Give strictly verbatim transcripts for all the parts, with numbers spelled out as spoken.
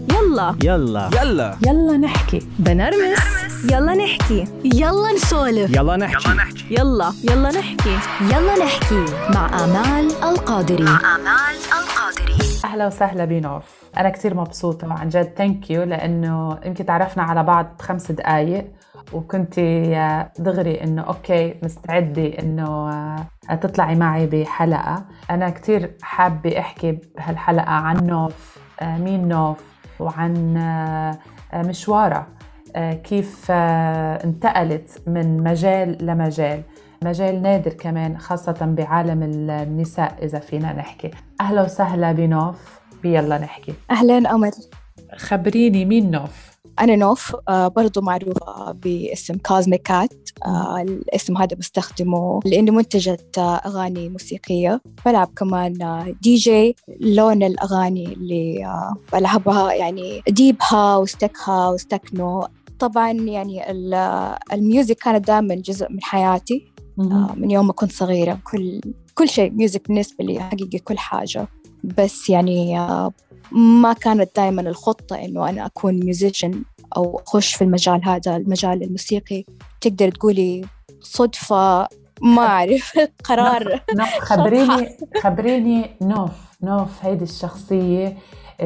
يلا يلا يلا يلا نحكي بنرمس، يلا نحكي، يلا نسولف، يلا نحكي يلا يلا نحكي يلا نحكي مع آمال القادري. مع آمال القادري. أهلا وسهلا بنوف. أنا كتير مبسوطة عن جد، ثانك يو، لأنه يمكن تعرفنا على بعض بخمس دقايق وكنت دغري إنه أوكي مستعدة إنه تطلعي معي بحلقة. أنا كتير حابة أحكي بهالحلقة عن نوف، مين نوف، وعن مشوارها، كيف انتقلت من مجال لمجال، مجال نادر كمان خاصة بعالم النساء إذا فينا نحكي. أهلا وسهلا بنوف بيلا نحكي. أهلاً أمل. خبريني مين نوف؟ أنا نوف، آه برضو معروفة باسم كازميك كات. آه الاسم هذا بستخدمه لأني منتجة آه أغاني موسيقية. بلعب كمان آه دي جي. لون الأغاني اللي آه بلعبها يعني ديب هاوس، تك هاوس، تكنو. طبعاً يعني الميوزك كانت دائماً جزء من حياتي آه من يوم ما كنت صغيرة. كل كل شيء ميوزك بالنسبة لي حقيقي، كل حاجة. بس يعني آه ما كانت دائما الخطة إنه أنا أكون ميوزيشن أو أخش في المجال هذا، المجال الموسيقي. تقدر تقولي صدفة، ما أعرف، قرار. نوف خبريني خبريني نوف نوف هيدي الشخصية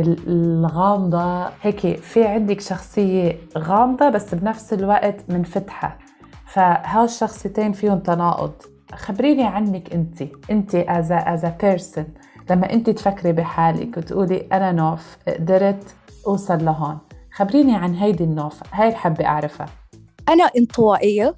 الغامضة هيك. في عندك شخصية غامضة بس بنفس الوقت منفتحة، فهاو الشخصيتين فيهم تناقض. خبريني عنك أنت أنت as a, as a person. لما أنت تفكري بحالك وتقولي أنا نوف قدرت أوصل لهون، خبريني عن هيدي النوف، هاي بحب أعرفها. أنا انطوائية.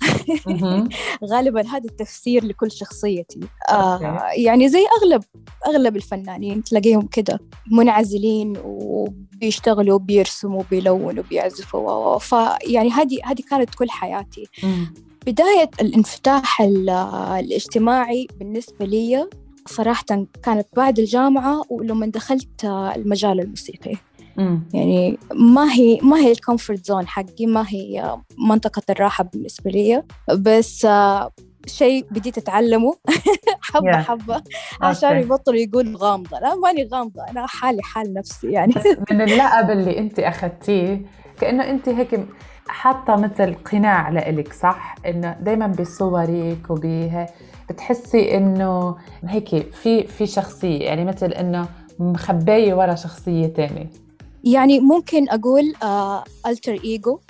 غالباً هذا التفسير لكل شخصيتي. آه يعني زي أغلب أغلب الفنانين تلاقيهم كده منعزلين وبيشتغلوا بيرسموا بيلونوا بيعزفوا. فيعني هذه هذه كانت كل حياتي. بداية الانفتاح الاجتماعي بالنسبة لي صراحة كانت بعد الجامعة ولما دخلت المجال الموسيقي. مم. يعني ما هي ما هي الكومفورت زون حقي، ما هي منطقة الراحة بالنسبة لي، بس شيء بديت أتعلمه حبة yeah. حبة عشان okay. يبطلوا يقول غامضة. لا ماني غامضة، أنا حالي حال نفسي يعني. من اللقب اللي أنت أخذتيه كأنه أنت هيك حاطة مثل قناع لإلك، صح؟ إنه دايماً بصورك وبيه بتحسي إنه هيك في في شخصية، يعني مثل إنه مخبية ورا شخصية تانية. يعني ممكن أقول ألتر إيجو.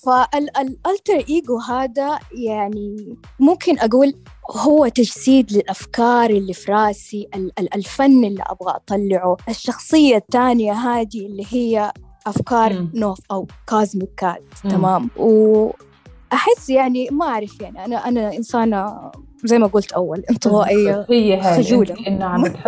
فالألتر إيجو هذا يعني ممكن أقول هو تجسيد للأفكار اللي في راسي، الفن اللي أبغى أطلعه. الشخصية الثانية هذه اللي هي أفكار م. نوف أو كازميك كات. تمام. وأحس يعني ما أعرف، يعني أنا أنا إنسانة زي ما قلت أول انطوائية خجولة، إنه عم بتحط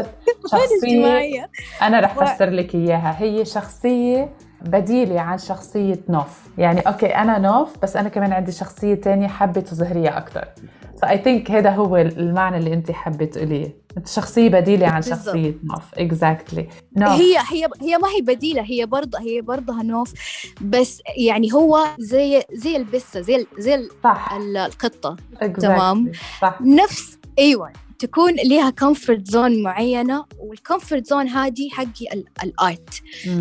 شخصية. أنا رح فسر لك إياها. هي شخصية بديلة عن شخصية نوف. يعني أوكي أنا نوف بس أنا كمان عندي شخصية تانية حابة تظهريها أكتر. So I think هذا هو المعنى اللي أنت حابة تقوليه. أنت شخصية بديلة عن بالزبط. شخصية نوف. exactly. نوف. هي هي هي ما هي بديلة، هي برضه هي برضها نوف، بس يعني هو زي زي البسة، زي زي صح. القطة. exactly. تمام. صح. نفس أيوة تكون ليها كومفورت زون معينة، والكومفورت زون هذه حقي الآرت.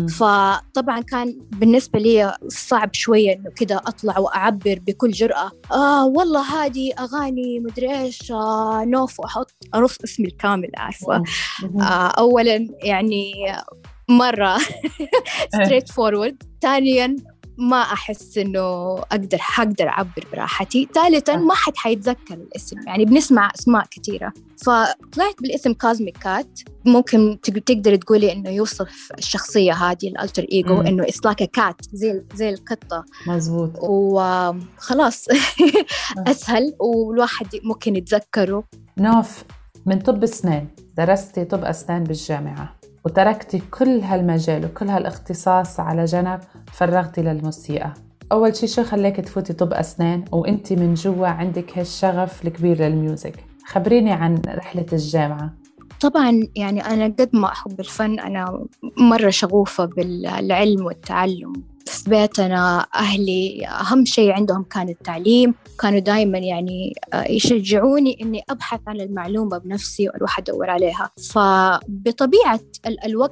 فطبعا كان بالنسبة لي صعب شوية إنه كده أطلع وأعبر بكل جرأة. آه والله هذه أغاني مدري إيش آه نوف، وأحط أرص اسمي الكامل، عارفة. آه أولا يعني مرة straight forward. ثانيا ما أحس إنه أقدر حقدر أعبر براحتي. ثالثاً ما حد حيتذكر الاسم، يعني بنسمع أسماء كثيرة. فطلعت بالاسم كازميك كات. ممكن تقدر تقولي إنه يوصف الشخصية هذه الألتر إيجو إنه it's like a cat، زي زي القطة. مزبوط. وخلاص أسهل والواحد ممكن يتذكره. نوف، من طب أسنان درستي طب أسنان بالجامعة وتركتي كل هالمجال وكل هالاختصاص على جنب، فرغتي للموسيقى. أول شيء شو خليك تفوتي طب أسنان وإنتي من جوا عندك هالشغف الكبير للميوزك؟ خبريني عن رحلة الجامعة. طبعاً يعني أنا قد ما أحب الفن، أنا مرة شغوفة بالعلم والتعلم. في بيتنا أهلي أهم شيء عندهم كان التعليم. كانوا دايماً يعني يشجعوني إني أبحث عن المعلومة بنفسي وأروح أدور عليها. فبطبيعة ال- الوقت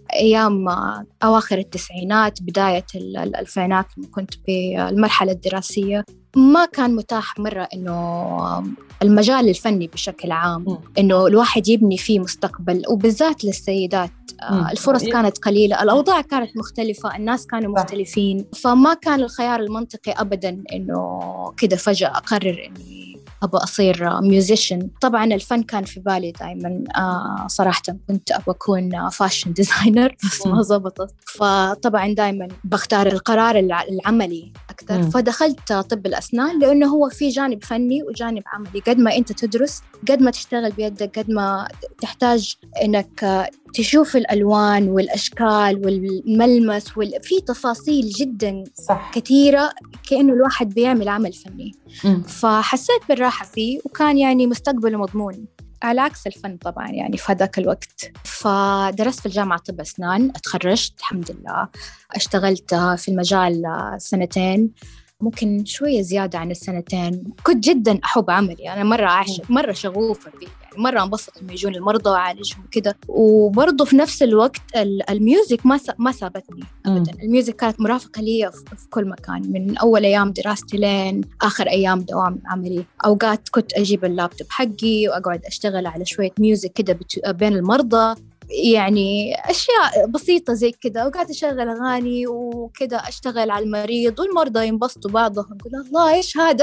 أيام أواخر التسعينات بداية الألفينات لما كنت بالمرحلة الدراسية، ما كان متاح مرة إنه المجال الفني بشكل عام م. إنه الواحد يبني فيه مستقبل، وبالذات للسيدات. م. الفرص كانت قليلة، الأوضاع كانت مختلفة، الناس كانوا مختلفين، فما كان الخيار المنطقي أبداً إنه كده فجأة أقرر إني أبغى أصير ميوزيشن. طبعاً الفن كان في بالي دائماً. آه صراحة كنت أبغى أكون فاشن ديزاينر بس ما زبطت، فطبعاً دائماً بختار القرار العملي أكثر. م. فدخلت طب الأسنان لأنه هو في جانب فني وجانب عملي. قد ما أنت تدرس قد ما تشتغل بيدك، قد ما تحتاج إنك تشوف الألوان والأشكال والملمس وال... في تفاصيل جدا صح. كثيرة، كأنه الواحد بيعمل عمل فني. م. فحسيت بالراحة فيه، وكان يعني مستقبله مضمون على عكس الفن طبعا يعني في هذاك الوقت. فدرست في الجامعة طب أسنان، اتخرجت الحمد لله، اشتغلت في المجال سنتين، ممكن شوية زيادة عن السنتين. كنت جدا أحب عملي، أنا مرة عاشق، مرة شغوفة فيه، يعني مرة أنبسط لما يجون المرضى وأعالجهم كده. وبرضه في نفس الوقت الميوزك ما ما سابتني أبدا. الميوزك كانت مرافقة لي في كل مكان، من أول أيام دراستي لين آخر أيام دوام عملي. أوقات كنت أجيب اللابتوب حقي وأقعد أشتغل على شوية ميوزك كده بين المرضى، يعني أشياء بسيطة زي كده، وقاعدة أشغل أغاني وكده أشتغل على المريض والمرضى ينبسطوا بعضهم. أقول الله إيش هذا؟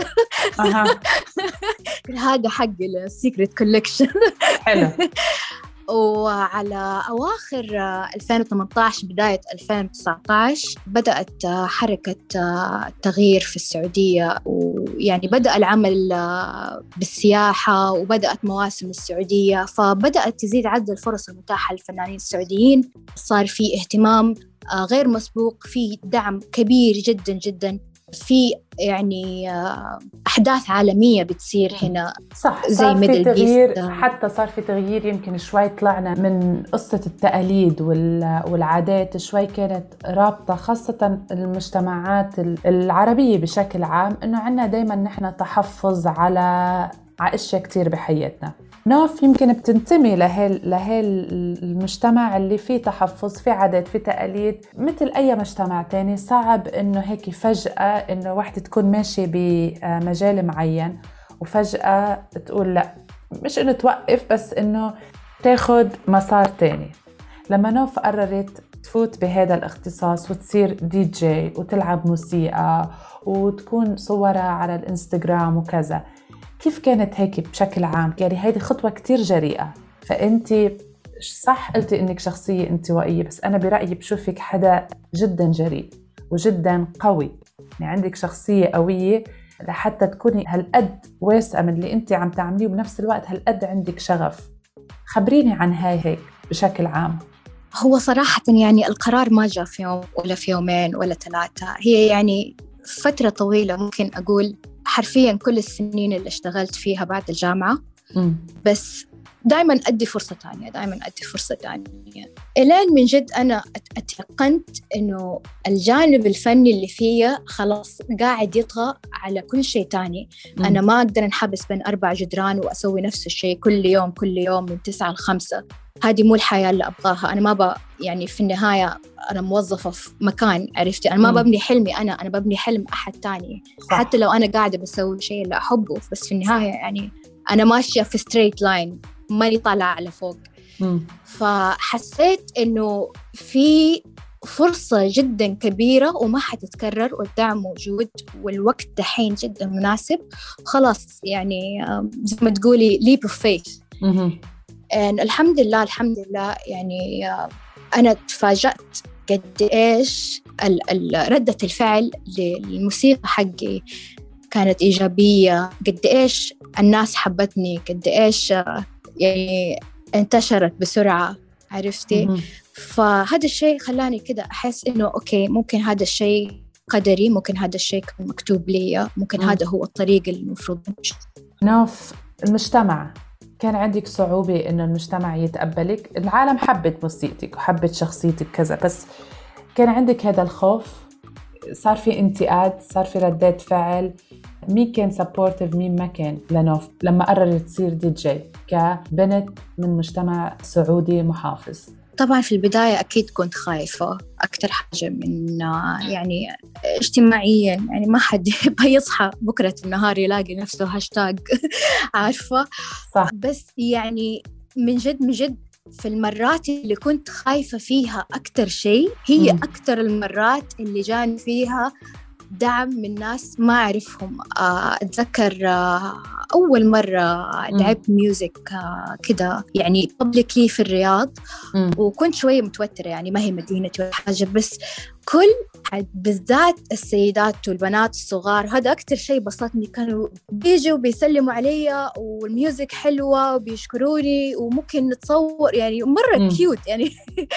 هذا حق السيكريت كولكشن. حلو. وعلى أواخر ألفين وثمانية عشر بداية ألفين وتسعة عشر بدأت حركة التغيير في السعودية، ويعني بدأ العمل بالسياحة وبدأت مواسم السعودية، فبدأت تزيد عدد الفرص المتاحة للفنانين السعوديين. صار في اهتمام غير مسبوق، في دعم كبير جدا جدا، في يعني أحداث عالمية بتصير هنا. صح، زي ميدل تغيير، حتى صار في تغيير. يمكن شوي طلعنا من قصة التقاليد والعادات، شوي كانت رابطة خاصة المجتمعات العربية بشكل عام، إنه عنا دايما نحن تحفظ على على أشياء كتير بحياتنا. نوف يمكن بتنتمي لهال لهال المجتمع اللي فيه تحفظ، فيه عادات، فيه تقاليد مثل أي مجتمع تاني. صعب إنه هيك فجأة إنه واحدة تكون ماشي بمجال معين وفجأة تقول لا، مش إنه توقف، بس إنه تاخد مسار تاني. لما نوف قررت تفوت بهذا الاختصاص وتصير دي جي وتلعب موسيقى وتكون صورها على الانستغرام وكذا، كيف كانت هيك بشكل عام؟ يعني هيدي خطوة كتير جريئة. فأنت صح قلتي إنك شخصية انطوائية، بس أنا برأيي بشوفك حدا جدا جريء وجدا قوي، يعني عندك شخصية قوية لحتى تكوني هالقد واسعة من اللي أنت عم تعمليه، وبنفس الوقت هالقد عندك شغف. خبريني عن هاي هيك بشكل عام. هو صراحة يعني القرار ما جاء في يوم ولا في يومين ولا ثلاثة، هي يعني فترة طويلة، ممكن أقول حرفياً كل السنين اللي اشتغلت فيها بعد الجامعة. م. بس دائماً أدي فرصة تانية، دائماً أدي فرصة تانية، إلين من جد أنا أتيقنت إنه الجانب الفني اللي فيا خلاص قاعد يطغى على كل شيء تاني. م. أنا ما أقدر انحبس بين أربع جدران وأسوي نفس الشيء كل يوم كل يوم من تسعة لخمسة. هذه مو الحياة اللي أبغاها. أنا ما ب يعني في النهاية أنا موظفة في مكان، عرفتي، أنا ما ببني حلمي، أنا أنا ببني حلم أحد تاني. صح. حتى لو أنا قاعدة بسوي شيء اللي أحبه، بس في النهاية يعني أنا ماشية في ستريت لاين، ماني طالعة على فوق. م. فحسيت إنه في فرصة جدا كبيرة وما حتتكرر، والدعم موجود، والوقت دحين جدا مناسب. خلاص يعني زي ما تقولي leap of faith. And الحمد لله الحمد لله يعني أنا تفاجأت قد إيش ردة الفعل للموسيقى حقي كانت إيجابية، قد إيش الناس حبتني، قد إيش يعني انتشرت بسرعة، عرفتي. فهذا الشيء خلاني كده أحس إنه أوكي، ممكن هذا الشيء قدري، ممكن هذا الشيء كان مكتوب لي، ممكن م. هذا هو الطريق المفروض. نوف، المجتمع كان عندك صعوبة إنه المجتمع يتقبلك؟ العالم حبت موسيقتك وحبت شخصيتك كذا، بس كان عندك هذا الخوف؟ صار في انتقاد، صار في ردات فعل؟ مين كان سبورتيف مين ما كان لنوف لما قررت تصير دي جي كبنت من مجتمع سعودي محافظ؟ طبعا في البداية أكيد كنت خايفة أكتر حاجة من يعني اجتماعيا، يعني ما حد يبغى يصحى بكرة النهار يلاقي نفسه هاشتاج عارفة صح. بس يعني من جد من جد في المرات اللي كنت خايفة فيها أكتر شيء هي مم. أكتر المرات اللي جاني فيها دعم من ناس ما أعرفهم. أتذكر أول مرة لعبت ميوزك كده يعني publicly في الرياض، مم. وكنت شوية متوترة، يعني ما هي مدينتي ولا حاجة، بس كل بالذات السيدات والبنات الصغار هذا أكتر شيء بسطني، كانوا بيجوا بيسلموا علي والميوزك حلوة وبيشكروني وممكن نتصور، يعني مرة مم. كيوت يعني.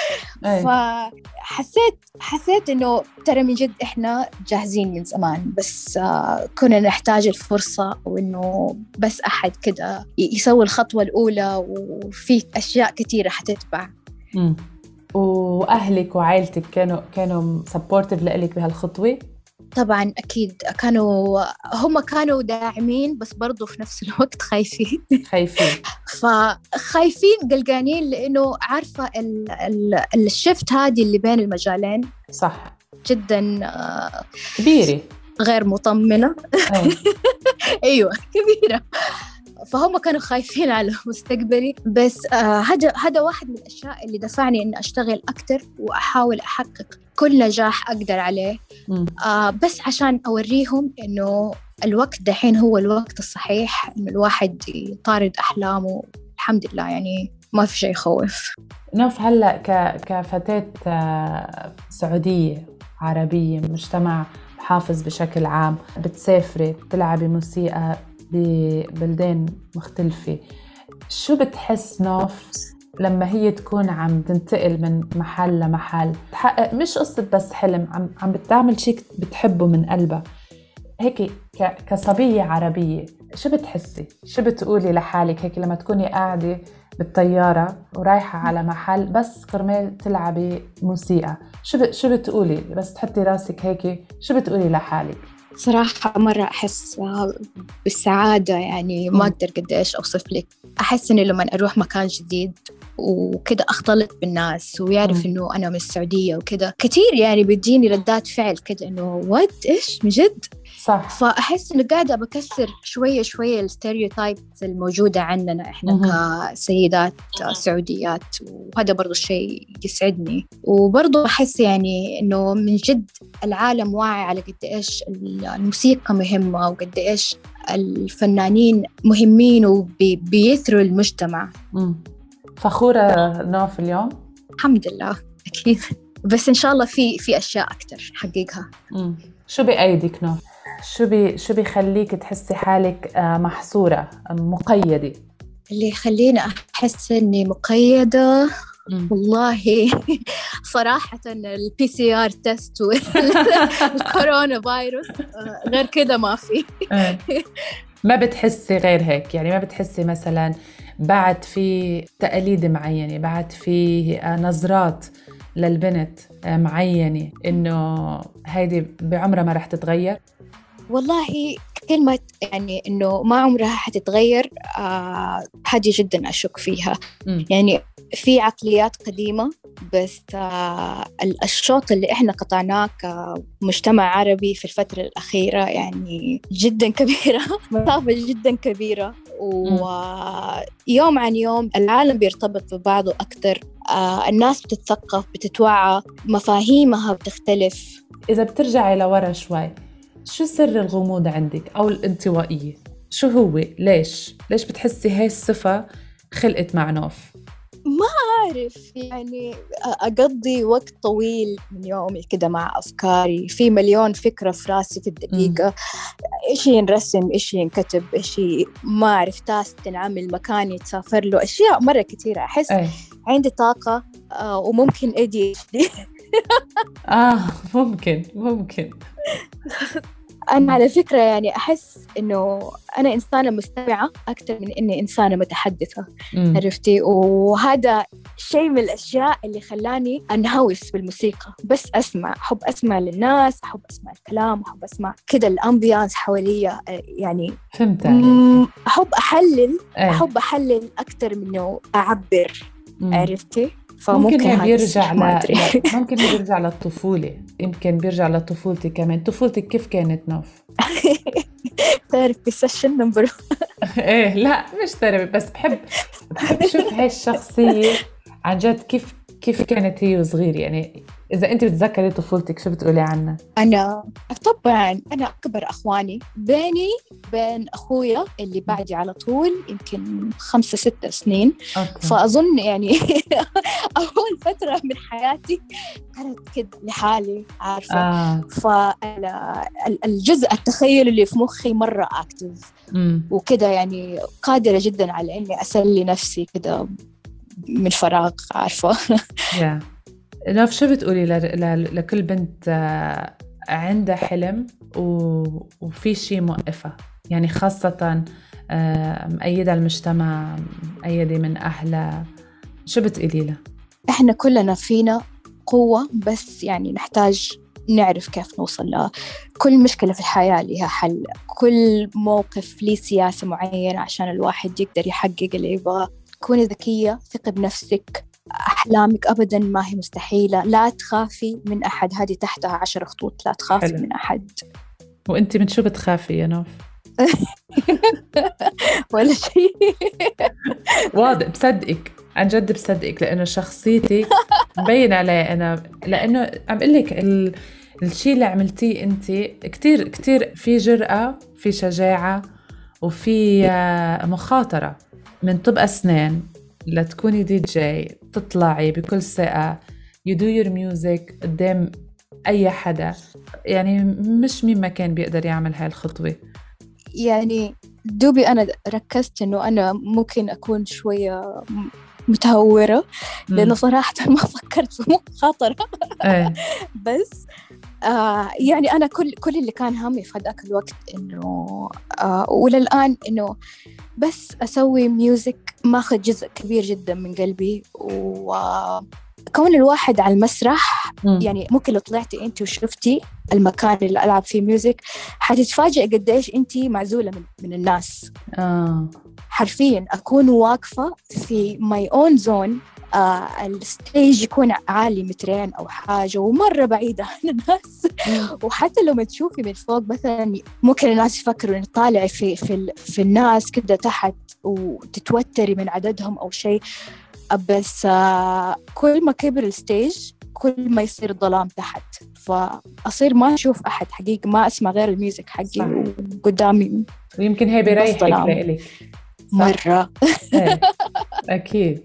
فحسيت حسيت إنه ترى من جد إحنا جاهزين من زمان، بس آه كنا نحتاج الفرصة، وإنه بس أحد كده يسوي الخطوة الأولى، وفي أشياء كتيرة حتتبع. مم. وأهلك وعائلتك كانوا كانوا سبورتيف لإلك بهالخطوة؟ طبعاً أكيد كانوا، هم كانوا داعمين بس برضو في نفس الوقت خايفين خايفين فخايفين قلقانين، لأنه عارفة ال ال الشفت هذه اللي بين المجالين صح جداً كبيرة غير مطمنة. أيوة كبيرة. فهم كانوا خايفين على مستقبلي، بس آه هذا هذا واحد من الأشياء اللي دفعني إن أشتغل أكتر وأحاول أحقق كل نجاح أقدر عليه، آه بس عشان أوريهم إنه الوقت دحين هو الوقت الصحيح، إنه الواحد يطارد أحلامه. الحمد لله يعني ما في شيء يخوف. نوف هلأ ك كفتاة سعودية عربية، مجتمع محافظ بشكل عام، بتسافري بتلعبي موسيقى ببلدان مختلفة، شو بتحس نوف لما هي تكون عم تنتقل من محل لمحل تحقق مش قصة بس حلم، عم عم بتعمل شيء بتحبه من قلبها هيك ك كصبية عربية؟ شو بتحسي؟ شو بتقولي لحالك هيك لما تكوني قاعدة بالطيارة ورايحة على محل بس كرمال تلعبي موسيقى؟ شو ب... شو بتقولي بس تحطي راسك هيك؟ شو بتقولي لحالك؟ صراحة مرة أحس بالسعادة، يعني ما أقدر قديش أوصف لك. أحس إنه لما أروح مكان جديد وكده أختلط بالناس ويعرف إنه أنا من السعودية وكده، كتير يعني بيديني ردات فعل كده إنه وات إيش من جد. صح. فأحس إنه قاعدة بكسر شوية شوية الستيريوتايبس الموجودة عندنا إحنا مم. كسيدات سعوديات، وهذا برضو الشيء يسعدني. وبرضو أحس يعني إنه من جد العالم واعي على قد إيش الموسيقى مهمة وقد إيش الفنانين مهمين وبيثروا المجتمع. مم. فخورة نوف اليوم؟ الحمد لله أكيد، بس إن شاء الله في في أشياء أكتر حقيقها. مم. شو بأيدك نوف؟ شو بي شو بيخليك تحسي حالك محصورة مقيدة؟ اللي يخليني أحس إني مقيدة مم. والله صراحة البي سي آر تيست والكورونا فيروس، غير كده ما في. ما بتحسي غير هيك؟ يعني ما بتحسي مثلا بعد في تقاليد معينة، بعد في نظرات للبنت معينة إنه هيدي بعمرها ما رح تتغير؟ والله كلمة يعني إنه ما عمرها حتتغير آه هذه جدا أشك فيها. م. يعني في عقليات قديمة، بس آه الشوط اللي إحنا قطعناه كمجتمع عربي في الفترة الأخيرة يعني جدا كبيرة، مسافة جدا كبيرة، ويوم عن يوم العالم بيرتبط ببعضه أكتر، آه الناس بتتثقف بتتوعى، مفاهيمها بتختلف. إذا بترجعي لورا شوي، شو سر الغموض عندك أو الانطوائية؟ شو هو؟ ليش؟ ليش بتحسي هاي الصفة خلقت مع نوف؟ ما أعرف، يعني أقضي وقت طويل من يومي كده مع أفكاري، في مليون فكرة في راسي في الدقيقة، إيش ينرسم، إيش ينكتب، إيش ما أعرف، تاس تنعمل، مكان يتسافر له، أشياء مرة كتيرة. أحس أي. عندي طاقة آه وممكن أدي آه ممكن ممكن أنا على فكرة يعني أحس إنه أنا إنسانة مستمعة أكثر من إني إنسانة متحدثة. مم. عرفتي؟ وهذا شيء من الأشياء اللي خلاني أنهوس بالموسيقى، بس أسمع، أحب أسمع للناس، أحب أسمع الكلام، أحب أسمع كده الأمبيانس حواليا، يعني فهمت عليك. أحب أحلل أيه. أحب أحلل أكثر منه أعبر. مم. عرفتي؟ فممكن ممكن هذا بيرجع ما ل... أدري. ل... ممكن بيرجع للطفولة، يمكن بيرجع لطفولتك كمان. طفولتك كيف كانت نوف؟ ثيرابي سيشن نمبر. ايه لا مش ثيرابي، بس بحب بحب شوف هاي الشخصية عن جد كيف كيف كانت هي وصغيرة. يعني إذا أنت بتذكري طفولتك شو بتقولي عنها؟ أنا طبعا أنا أكبر أخواني، بيني بين أخويا اللي بعدي على طول يمكن خمسة ستة سنين. أوكي. فأظن يعني أول فترة من حياتي كانت كده لحالي عارفة. آه. فالجزء التخيل اللي في مخي مرة أكتف وكده، يعني قادرة جدا على إني أسلي نفسي كده من فراغ عارفة. yeah. نوف شو بتقولي ل... ل... لكل بنت عندها حلم و... وفي شيء موقفة، يعني خاصة مؤيدة المجتمع، مؤيدة من أهلها، شو بتقولي لها؟ إحنا كلنا فينا قوة، بس يعني نحتاج نعرف كيف نوصل لها. كل مشكلة في الحياة لها حل، كل موقف ليه سياسة معينة عشان الواحد يقدر يحقق اللي يبغاه. كوني ذكية، ثقي بنفسك، أحلامك أبداً ما هي مستحيلة، لا تخافي من أحد، هذه تحتها عشر خطوط، لا تخافي حلو. من أحد. وأنت من شو بتخافي يا نوف؟ ولا شيء. واضح، بصدقك عن جد بصدقك، لأنه شخصيتك مبين عليه أنا، لأنه عم قلك ال... الشيء اللي عملتيه أنت كتير كتير في جرأة، في شجاعة، وفي مخاطرة. من طب أسنان لتكوني دي جي، تطلعي بكل ثقة you do your music قدام أي حدا، يعني مش مين ما كان بيقدر يعمل هاي الخطوة. يعني دوبي أنا ركزت إنه أنا ممكن أكون شوية متهورة، لأنه صراحة ما فكرت في مخاطرة. بس آه يعني أنا كل كل اللي كان همي في هذاك الوقت إنه آه وللآن إنه بس أسوي ميوزك، ماخذ جزء كبير جدا من قلبي. وكون الواحد على المسرح م. يعني ممكن لو طلعتي أنت وشفتي المكان اللي ألعب فيه ميوزك حتتفاجئ قديش أنت معزولة من, من الناس. آه. حرفيا أكون واقفة في my own zone. آه الستيج يكون عالي مترين أو حاجة ومرة بعيدة عن الناس. وحتى لو ما تشوفي من فوق مثلا ممكن الناس يفكروا إن طالعي في, في, في الناس كده تحت وتتوتري من عددهم أو شيء. بس آه كل ما كبر الستيج كل ما يصير الظلام تحت، فأصير ما أشوف أحد حقيقة، ما أسمع غير الميوزك حقي وقدامي. ويمكن هي بريحك لإلك مرة. أكيد.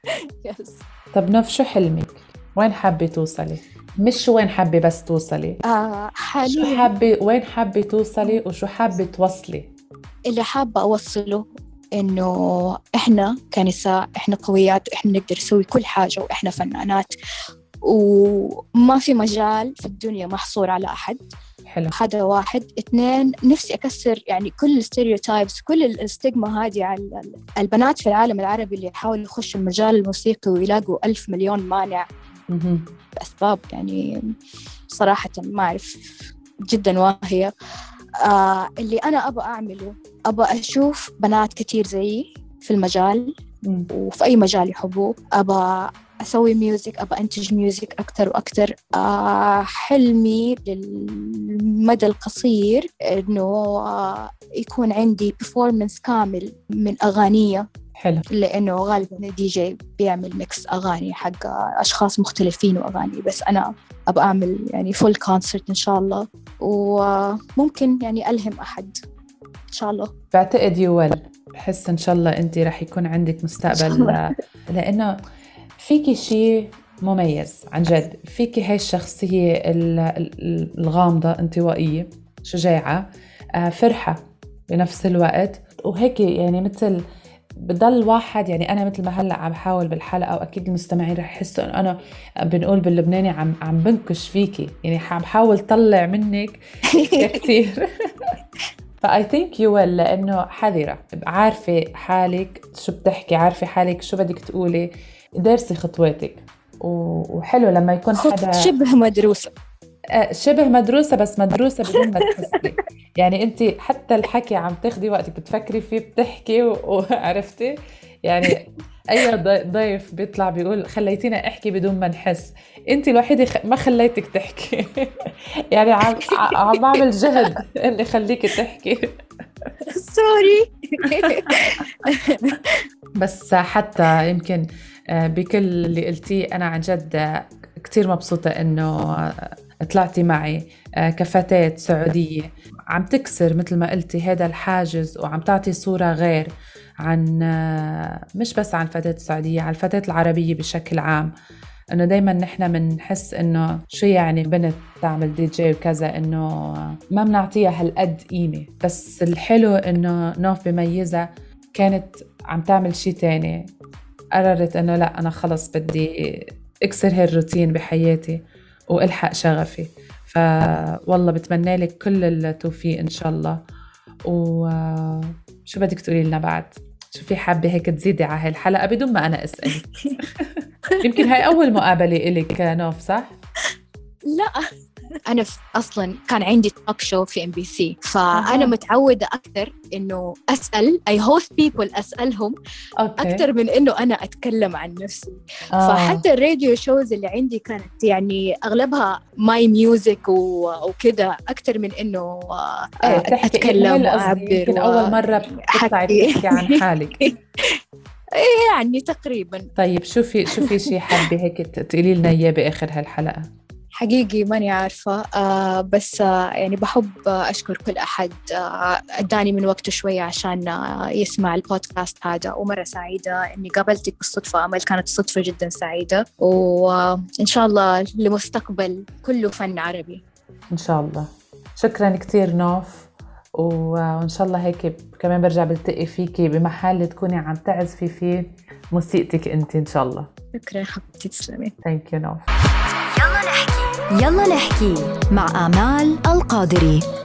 طب نوف شو حلمك؟ وين حابة توصلي؟ مش وين حابة بس توصلي، آه حاليا شو حابة، وين حابة توصلي وشو حابة توصلي؟ اللي حابة أوصله إنه إحنا كنساء إحنا قويات، إحنا نقدر نسوي كل حاجة، وإحنا فنانات، وما في مجال في الدنيا محصور على أحد. حلو. هذا واحد. اثنين، نفسي أكسر يعني كل الستيريوتايبس، كل الاستيغما هذه على البنات في العالم العربي اللي يحاولوا يخشوا المجال الموسيقي ويلاقوا ألف مليون مانع بأسباب يعني صراحة ما أعرف جدا واهية. آه اللي أنا أبغى أعمله، أبغى أشوف بنات كتير زيي في المجال م. وفي أي مجال يحبوه. أبغى أسوي ميوزك، أبغى أنتج ميوزك أكتر وأكتر. آه حلمي للمدى القصير إنه آه يكون عندي performance كامل من أغانية. حلو. لأنه غالباً دي جي بيعمل ميكس أغاني حق أشخاص مختلفين وأغاني، بس أنا أبغى أعمل يعني فول كونسرت إن شاء الله، وممكن يعني ألهم أحد إن شاء الله. بعتقد يول بحس إن شاء الله أنت رح يكون عندك مستقبل، لأنه فيكي شيء مميز عن جد. فيكي هاي الشخصية الغامضة، انطوائية، شجاعة، فرحة بنفس الوقت، وهيك يعني مثل بضل واحد. يعني أنا مثل ما هلأ عم بحاول بالحلقة، وأكيد المستمعين رح يحسوا أن أنا بنقول باللبناني عم عم بنكش فيكي، يعني عم بحاول طلع منك كتير. فأي ثينك يو ويل، لأنه حذرة، عارفة حالك شو بتحكي، عارفة حالك شو بدك تقولي، دارسي خطواتك. وحلو لما يكون حدا شبه مدروسة، شبه مدروسة، بس مدروسة بدون ما تحسي. يعني أنت حتى الحكي عم تاخدي وقتك بتفكري فيه، بتحكي وعرفتي يعني أي ضيف بيطلع بيقول خليتينا أحكي بدون ما نحس، أنت الوحيدة ما خليتك تحكي. يعني عم عم بعمل جهد اللي خليك تحكي. سوري. بس حتى يمكن بكل اللي قلتيه أنا عن جد كتير مبسوطة إنه طلعتي معي كفتاة سعودية عم تكسر مثل ما قلتي هذا الحاجز، وعم تعطي صورة غير عن مش بس عن الفتاة السعودية، عن الفتاة العربية بشكل عام. إنه دايما نحنا منحس إنه شو يعني بنت تعمل دي جي وكذا، إنه ما بنعطيها هالقد قيمة. بس الحلو إنه نوف بميزة كانت عم تعمل شي تاني، قررت إنه لا أنا خلص بدي أكسر هالروتين بحياتي وألحق شغفي. فوالله بتمنى لك كل التوفيق إن شاء الله. وشو بدك تقولي لنا بعد؟ شو في حابة هيك تزيدي على هاي الحلقة بدون ما أنا أسألك؟ يمكن هاي أول مقابلة إلك نوف صح؟ لا أنا أصلاً كان عندي توك شو في إم بي سي، فأنا آه. متعودة أكثر إنه أسأل I host people أسألهم أوكي. أكثر من إنه أنا أتكلم عن نفسي. آه. فحتى الراديو شوز اللي عندي كانت يعني أغلبها ماي ميوزك وكذا أكثر من إنه أيه أتكلم وأعبر. يمكن أول مرة بتطلعي تحكي عن حالك. يعني تقريباً. طيب شو في شو في شيء حابة هيك تقولي لنا إياه بآخر هالحلقة؟ حقيقي ماني عارفة، آه بس آه يعني بحب آه أشكر كل أحد آه أداني من وقته شوية عشان آه يسمع البودكاست هذا، ومرة سعيدة إني قابلتك بالصدفة أمل، كانت صدفة جدا سعيدة، وإن شاء الله لمستقبل كله فن عربي إن شاء الله. شكرا كتير نوف، وإن شاء الله هيك كمان برجع بلتقي فيكي بمحل تكوني عم تعزفي فيه موسيقتك أنت إن شاء الله. شكرا حبيبتي، تسلمي. Thank you نوف. يلا نحكي يلا نحكي مع آمال القادري.